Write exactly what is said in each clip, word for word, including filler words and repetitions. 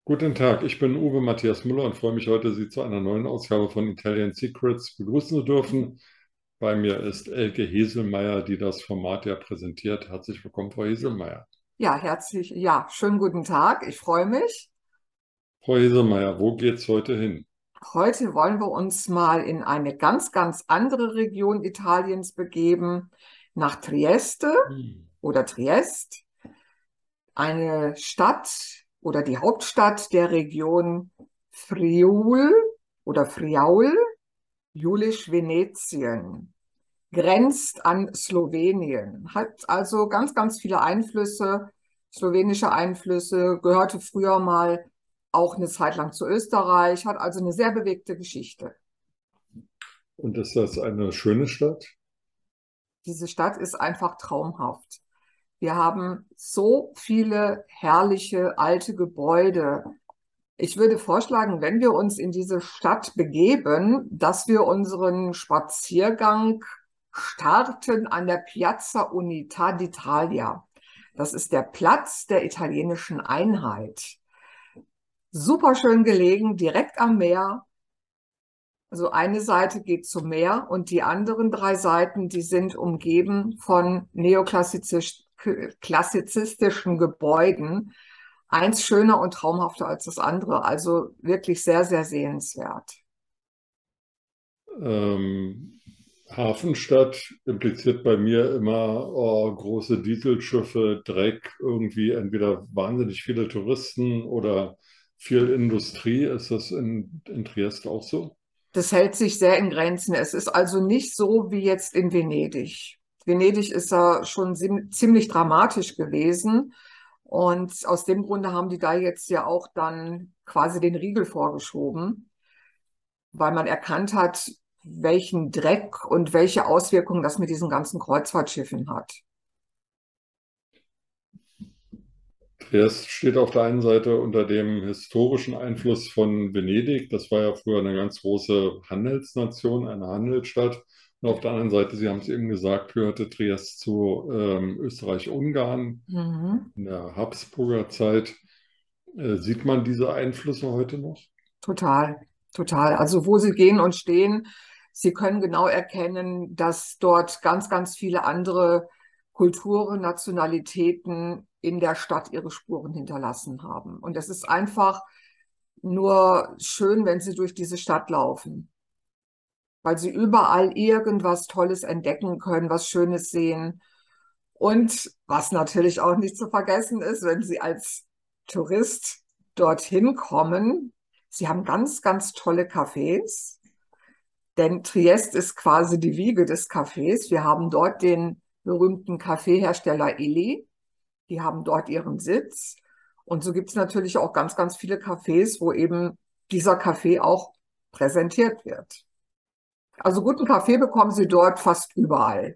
Guten Tag, ich bin Uwe Matthias Müller und freue mich heute, Sie zu einer neuen Ausgabe von Italian Secrets begrüßen zu dürfen. Bei mir ist Elke Heselmeier, die das Format ja präsentiert. Herzlich willkommen, Frau Heselmeier. Ja, herzlich, ja, schönen guten Tag. Ich freue mich. Frau Heselmeier, wo geht's heute hin? Heute wollen wir uns mal in eine ganz, ganz andere Region Italiens begeben, nach Trieste Hm. oder Triest, eine Stadt oder die Hauptstadt der Region Friul oder Friaul, Julisch-Venetien, grenzt an Slowenien, hat also ganz, ganz viele Einflüsse, slowenische Einflüsse, gehörte früher mal auch eine Zeit lang zu Österreich, hat also eine sehr bewegte Geschichte. Und ist das eine schöne Stadt? Diese Stadt ist einfach traumhaft. Wir haben so viele herrliche alte Gebäude. Ich würde vorschlagen, wenn wir uns in diese Stadt begeben, dass wir unseren Spaziergang starten an der Piazza Unità d'Italia. Das ist der Platz der italienischen Einheit. Super schön gelegen, direkt am Meer. Also eine Seite geht zum Meer und die anderen drei Seiten, die sind umgeben von neoklassizistisch, klassizistischen Gebäuden. Eins schöner und traumhafter als das andere. Also wirklich sehr, sehr sehenswert. Ähm, Hafenstadt impliziert bei mir immer oh, große Dieselschiffe, Dreck, irgendwie entweder wahnsinnig viele Touristen oder viel Industrie. Ist das in, in Triest auch so? Das hält sich sehr in Grenzen. Es ist also nicht so wie jetzt in Venedig. Venedig ist ja schon sim- ziemlich dramatisch gewesen. Und aus dem Grunde haben die da jetzt ja auch dann quasi den Riegel vorgeschoben, weil man erkannt hat, welchen Dreck und welche Auswirkungen das mit diesen ganzen Kreuzfahrtschiffen hat. Triest steht auf der einen Seite unter dem historischen Einfluss von Venedig. Das war ja früher eine ganz große Handelsnation, eine Handelsstadt. Und auf der anderen Seite, Sie haben es eben gesagt, gehörte Triest zu ähm, Österreich-Ungarn Mhm. in der Habsburger Zeit. Äh, sieht man diese Einflüsse heute noch? Total, total. Also wo sie gehen und stehen, sie können genau erkennen, dass dort ganz, ganz viele andere Kulturen, Nationalitäten in der Stadt ihre Spuren hinterlassen haben. Und es ist einfach nur schön, wenn sie durch diese Stadt laufen, weil sie überall irgendwas Tolles entdecken können, was Schönes sehen. Und was natürlich auch nicht zu vergessen ist, wenn Sie als Tourist dorthin kommen, Sie haben ganz, ganz tolle Cafés, denn Triest ist quasi die Wiege des Cafés. Wir haben dort den berühmten Kaffeehersteller Illy, die haben dort ihren Sitz. Und so gibt es natürlich auch ganz, ganz viele Cafés, wo eben dieser Kaffee auch präsentiert wird. Also guten Kaffee bekommen Sie dort fast überall.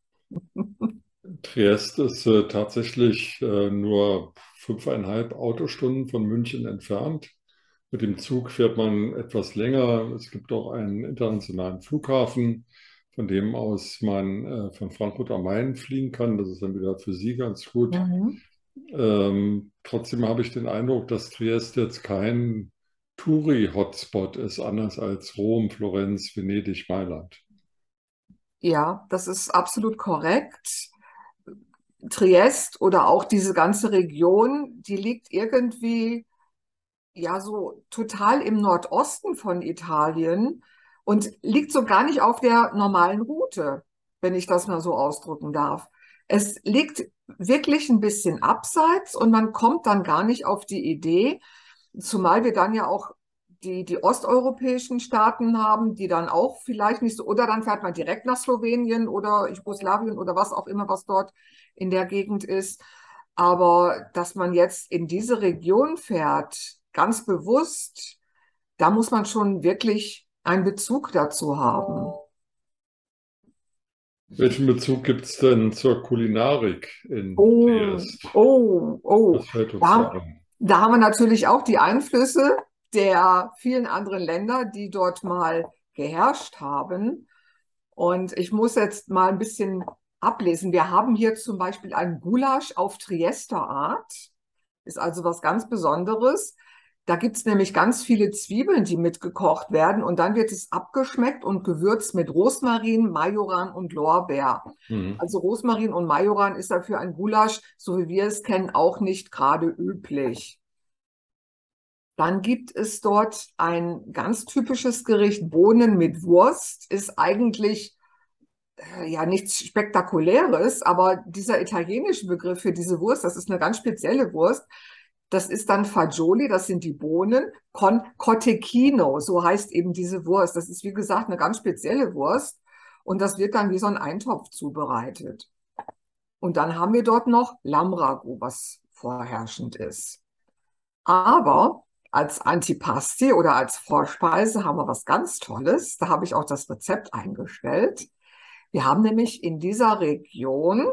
Triest ist äh, tatsächlich äh, nur fünfeinhalb Autostunden von München entfernt. Mit dem Zug fährt man etwas länger. Es gibt auch einen internationalen Flughafen, von dem aus man äh, von Frankfurt am Main fliegen kann. Das ist dann wieder für Sie ganz gut. Mhm. Ähm, trotzdem habe ich den Eindruck, dass Triest jetzt kein Touri-Hotspot ist, anders als Rom, Florenz, Venedig, Mailand. Ja, das ist absolut korrekt. Triest oder auch diese ganze Region, die liegt irgendwie ja so total im Nordosten von Italien und liegt so gar nicht auf der normalen Route, wenn ich das mal so ausdrücken darf. Es liegt wirklich ein bisschen abseits und man kommt dann gar nicht auf die Idee, zumal wir dann ja auch die, die osteuropäischen Staaten haben, die dann auch vielleicht nicht so, oder dann fährt man direkt nach Slowenien oder Jugoslawien oder was auch immer, was dort in der Gegend ist. Aber dass man jetzt in diese Region fährt, ganz bewusst, da muss man schon wirklich einen Bezug dazu haben. Welchen Bezug gibt es denn zur Kulinarik in Oh, Triest? oh, oh. Was fällt uns da Da, ein? da haben wir natürlich auch die Einflüsse der vielen anderen Länder, die dort mal geherrscht haben. Und ich muss jetzt mal ein bisschen ablesen. Wir haben hier zum Beispiel ein Gulasch auf Triester Art. Ist also was ganz Besonderes. Da gibt es nämlich ganz viele Zwiebeln, die mitgekocht werden und dann wird es abgeschmeckt und gewürzt mit Rosmarin, Majoran und Lorbeer. Mhm. Also Rosmarin und Majoran ist dafür ein Gulasch, so wie wir es kennen, auch nicht gerade üblich. Dann gibt es dort ein ganz typisches Gericht, Bohnen mit Wurst, ist eigentlich äh, ja nichts Spektakuläres, aber dieser italienische Begriff für diese Wurst, das ist eine ganz spezielle Wurst. Das ist dann Fagioli, das sind die Bohnen, con Cotechino, so heißt eben diese Wurst. Das ist wie gesagt eine ganz spezielle Wurst und das wird dann wie so ein Eintopf zubereitet. Und dann haben wir dort noch Lammragout, was vorherrschend ist. Aber als Antipasti oder als Vorspeise haben wir was ganz Tolles. Da habe ich auch das Rezept eingestellt. Wir haben nämlich in dieser Region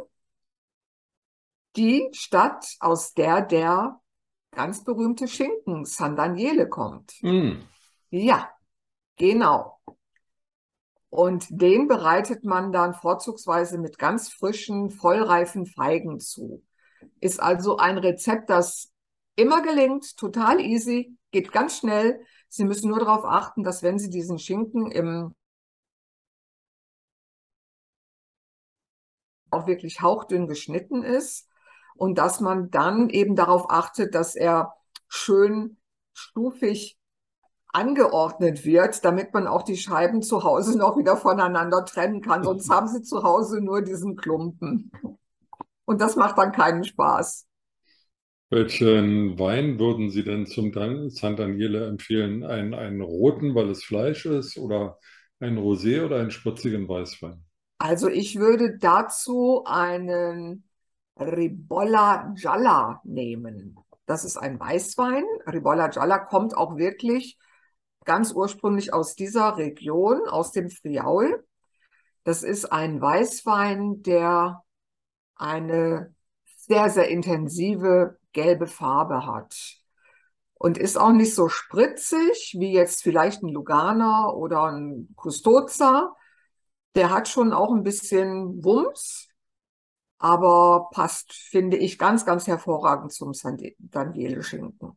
die Stadt, aus der der ganz berühmte Schinken San Daniele kommt. Mhm. Ja, genau. Und den bereitet man dann vorzugsweise mit ganz frischen, vollreifen Feigen zu. Ist also ein Rezept, das immer gelingt, total easy, geht ganz schnell. Sie müssen nur darauf achten, dass wenn Sie diesen Schinken im auch wirklich hauchdünn geschnitten ist und dass man dann eben darauf achtet, dass er schön stufig angeordnet wird, damit man auch die Scheiben zu Hause noch wieder voneinander trennen kann. Sonst haben Sie zu Hause nur diesen Klumpen. Und das macht dann keinen Spaß. Welchen Wein würden Sie denn zum Dan San Daniele empfehlen? Einen, einen roten, weil es Fleisch ist, oder einen Rosé oder einen spritzigen Weißwein? Also ich würde dazu einen Ribolla Gialla nehmen. Das ist ein Weißwein. Ribolla Gialla kommt auch wirklich ganz ursprünglich aus dieser Region, aus dem Friaul. Das ist ein Weißwein, der eine sehr, sehr intensive gelbe Farbe hat und ist auch nicht so spritzig wie jetzt vielleicht ein Lugana oder ein Custoza. Der hat schon auch ein bisschen Wumms, aber passt, finde ich, ganz, ganz hervorragend zum San Daniele-Schinken.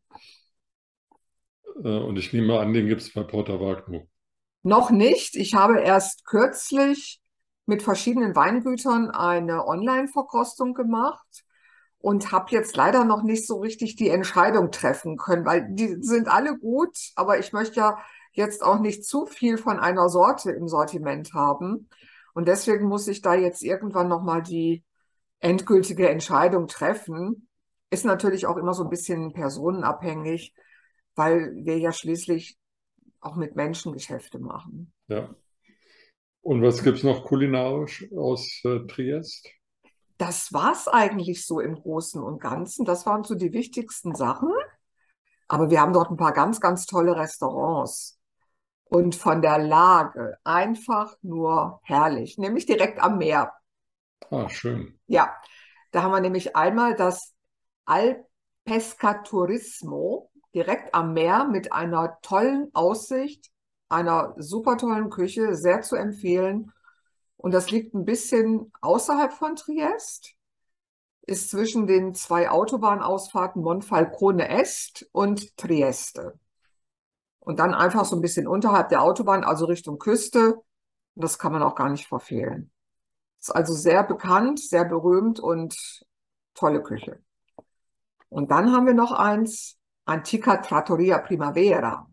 Äh, und ich nehme an, den gibt es bei Porta Wagner. Noch nicht. Ich habe erst kürzlich mit verschiedenen Weingütern eine Online-Verkostung gemacht und habe jetzt leider noch nicht so richtig die Entscheidung treffen können, weil die sind alle gut, aber ich möchte ja jetzt auch nicht zu viel von einer Sorte im Sortiment haben. Und deswegen muss ich da jetzt irgendwann nochmal die endgültige Entscheidung treffen. Ist natürlich auch immer so ein bisschen personenabhängig, weil wir ja schließlich auch mit Menschen Geschäfte machen. Ja. Und was gibt es noch kulinarisch aus äh, Triest? Das war's eigentlich so im Großen und Ganzen. Das waren so die wichtigsten Sachen. Aber wir haben dort ein paar ganz, ganz tolle Restaurants. Und von der Lage einfach nur herrlich, nämlich direkt am Meer. Ah, schön. Ja, da haben wir nämlich einmal das Al Pescaturismo direkt am Meer mit einer tollen Aussicht, einer super tollen Küche, sehr zu empfehlen. Und das liegt ein bisschen außerhalb von Triest, ist zwischen den zwei Autobahnausfahrten Monfalcone Est und Trieste. Und dann einfach so ein bisschen unterhalb der Autobahn, also Richtung Küste. Das kann man auch gar nicht verfehlen. Ist also sehr bekannt, sehr berühmt und tolle Küche. Und dann haben wir noch eins, Antica Trattoria Primavera.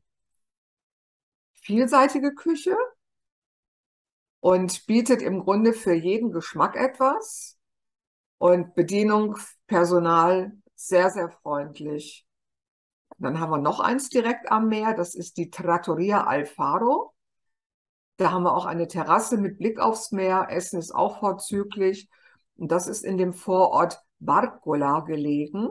Vielseitige Küche und bietet im Grunde für jeden Geschmack etwas. Und Bedienung, Personal sehr, sehr freundlich. Dann haben wir noch eins direkt am Meer, das ist die Trattoria Alfaro. Da haben wir auch eine Terrasse mit Blick aufs Meer. Essen ist auch vorzüglich. Und das ist in dem Vorort Barcola gelegen.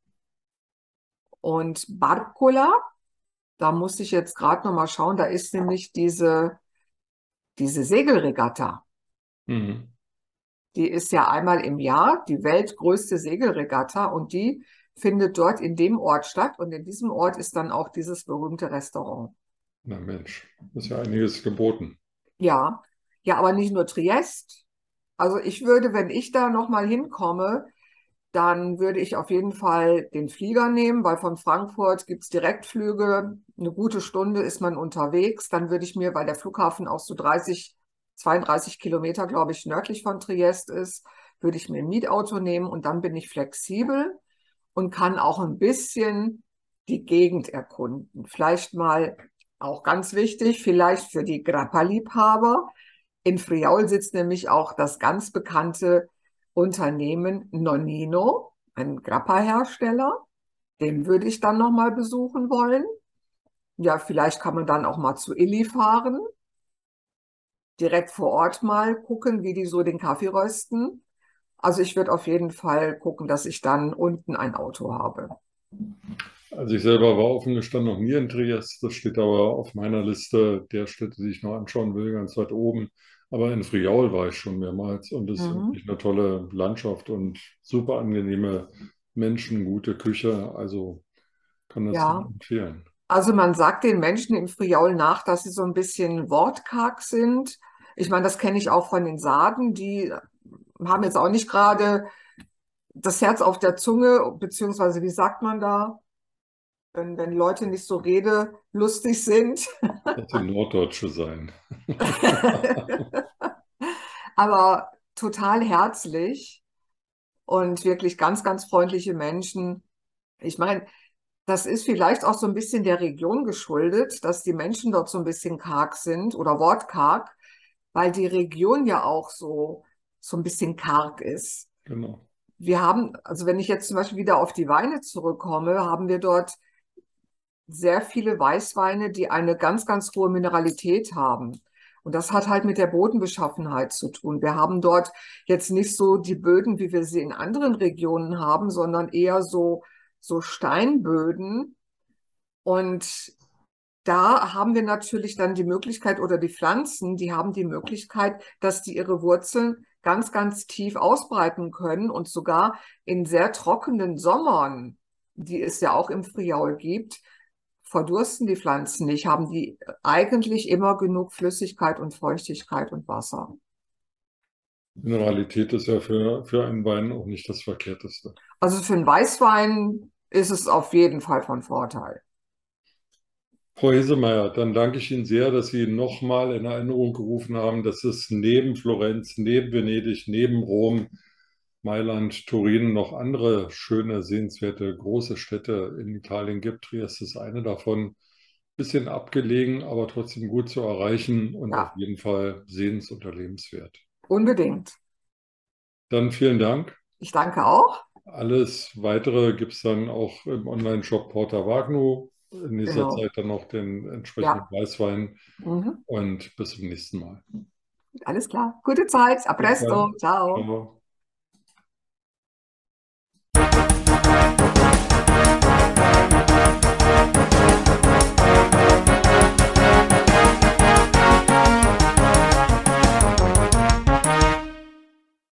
Und Barcola, da muss ich jetzt gerade noch mal schauen, da ist nämlich diese, diese Segelregatta. Mhm. Die ist ja einmal im Jahr die weltgrößte Segelregatta und die findet dort in dem Ort statt. Und in diesem Ort ist dann auch dieses berühmte Restaurant. Na Mensch, ist ja einiges geboten. Ja, ja, aber nicht nur Triest. Also ich würde, wenn ich da noch mal hinkomme, dann würde ich auf jeden Fall den Flieger nehmen, weil von Frankfurt gibt es Direktflüge. Eine gute Stunde ist man unterwegs. Dann würde ich mir, weil der Flughafen auch so dreißig, zweiunddreißig Kilometer, glaube ich, nördlich von Triest ist, würde ich mir ein Mietauto nehmen und dann bin ich flexibel und kann auch ein bisschen die Gegend erkunden. Vielleicht mal, auch ganz wichtig, vielleicht für die Grappa-Liebhaber. In Friaul sitzt nämlich auch das ganz bekannte Unternehmen Nonnino, ein Grappa-Hersteller. Den würde ich dann nochmal besuchen wollen. Ja, vielleicht kann man dann auch mal zu Illy fahren, direkt vor Ort mal gucken, wie die so den Kaffee rösten. Also ich würde auf jeden Fall gucken, dass ich dann unten ein Auto habe. Also ich selber war offen gestanden noch nie in Triest. Das steht aber auf meiner Liste der Städte, die ich noch anschauen will, ganz weit oben. Aber in Friaul war ich schon mehrmals und es ist Mhm. wirklich eine tolle Landschaft und super angenehme Menschen, gute Küche. Also kann das nur Ja, empfehlen. also man sagt den Menschen in Friaul nach, dass sie so ein bisschen wortkarg sind. Ich meine, das kenne ich auch von den Sarden, die haben jetzt auch nicht gerade das Herz auf der Zunge, beziehungsweise wie sagt man da, wenn, wenn Leute nicht so redelustig sind. Das sind Norddeutsche sein. Aber total herzlich und wirklich ganz, ganz freundliche Menschen. Ich meine, das ist vielleicht auch so ein bisschen der Region geschuldet, dass die Menschen dort so ein bisschen karg sind oder wortkarg, weil die Region ja auch so, so ein bisschen karg ist. Genau. Wir haben, also wenn ich jetzt zum Beispiel wieder auf die Weine zurückkomme, haben wir dort sehr viele Weißweine, die eine ganz, ganz hohe Mineralität haben. Und das hat halt mit der Bodenbeschaffenheit zu tun. Wir haben dort jetzt nicht so die Böden, wie wir sie in anderen Regionen haben, sondern eher so, so Steinböden. Und da haben wir natürlich dann die Möglichkeit oder die Pflanzen, die haben die Möglichkeit, dass die ihre Wurzeln ganz, ganz tief ausbreiten können und sogar in sehr trockenen Sommern, die es ja auch im Friaul gibt, verdursten die Pflanzen nicht, haben die eigentlich immer genug Flüssigkeit und Feuchtigkeit und Wasser. Mineralität ist ja für, für einen Wein auch nicht das Verkehrteste. Also für einen Weißwein ist es auf jeden Fall von Vorteil. Frau Hesemeyer, dann danke ich Ihnen sehr, dass Sie nochmal in Erinnerung gerufen haben, dass es neben Florenz, neben Venedig, neben Rom, Mailand, Turin noch andere schöne, sehenswerte, große Städte in Italien gibt. Triest ist eine davon. Bisschen abgelegen, aber trotzdem gut zu erreichen und auf Ja, jeden Fall sehens- und erlebenswert. unbedingt. Dann vielen Dank. Ich danke auch. Alles Weitere gibt es dann auch im Online-Shop Porta Wagner. In dieser Genau. Zeit dann noch den entsprechenden Ja. Weißwein Mhm. und bis zum nächsten Mal. Alles klar. Gute Zeit. A Bis presto. dann. Ciao. Ciao.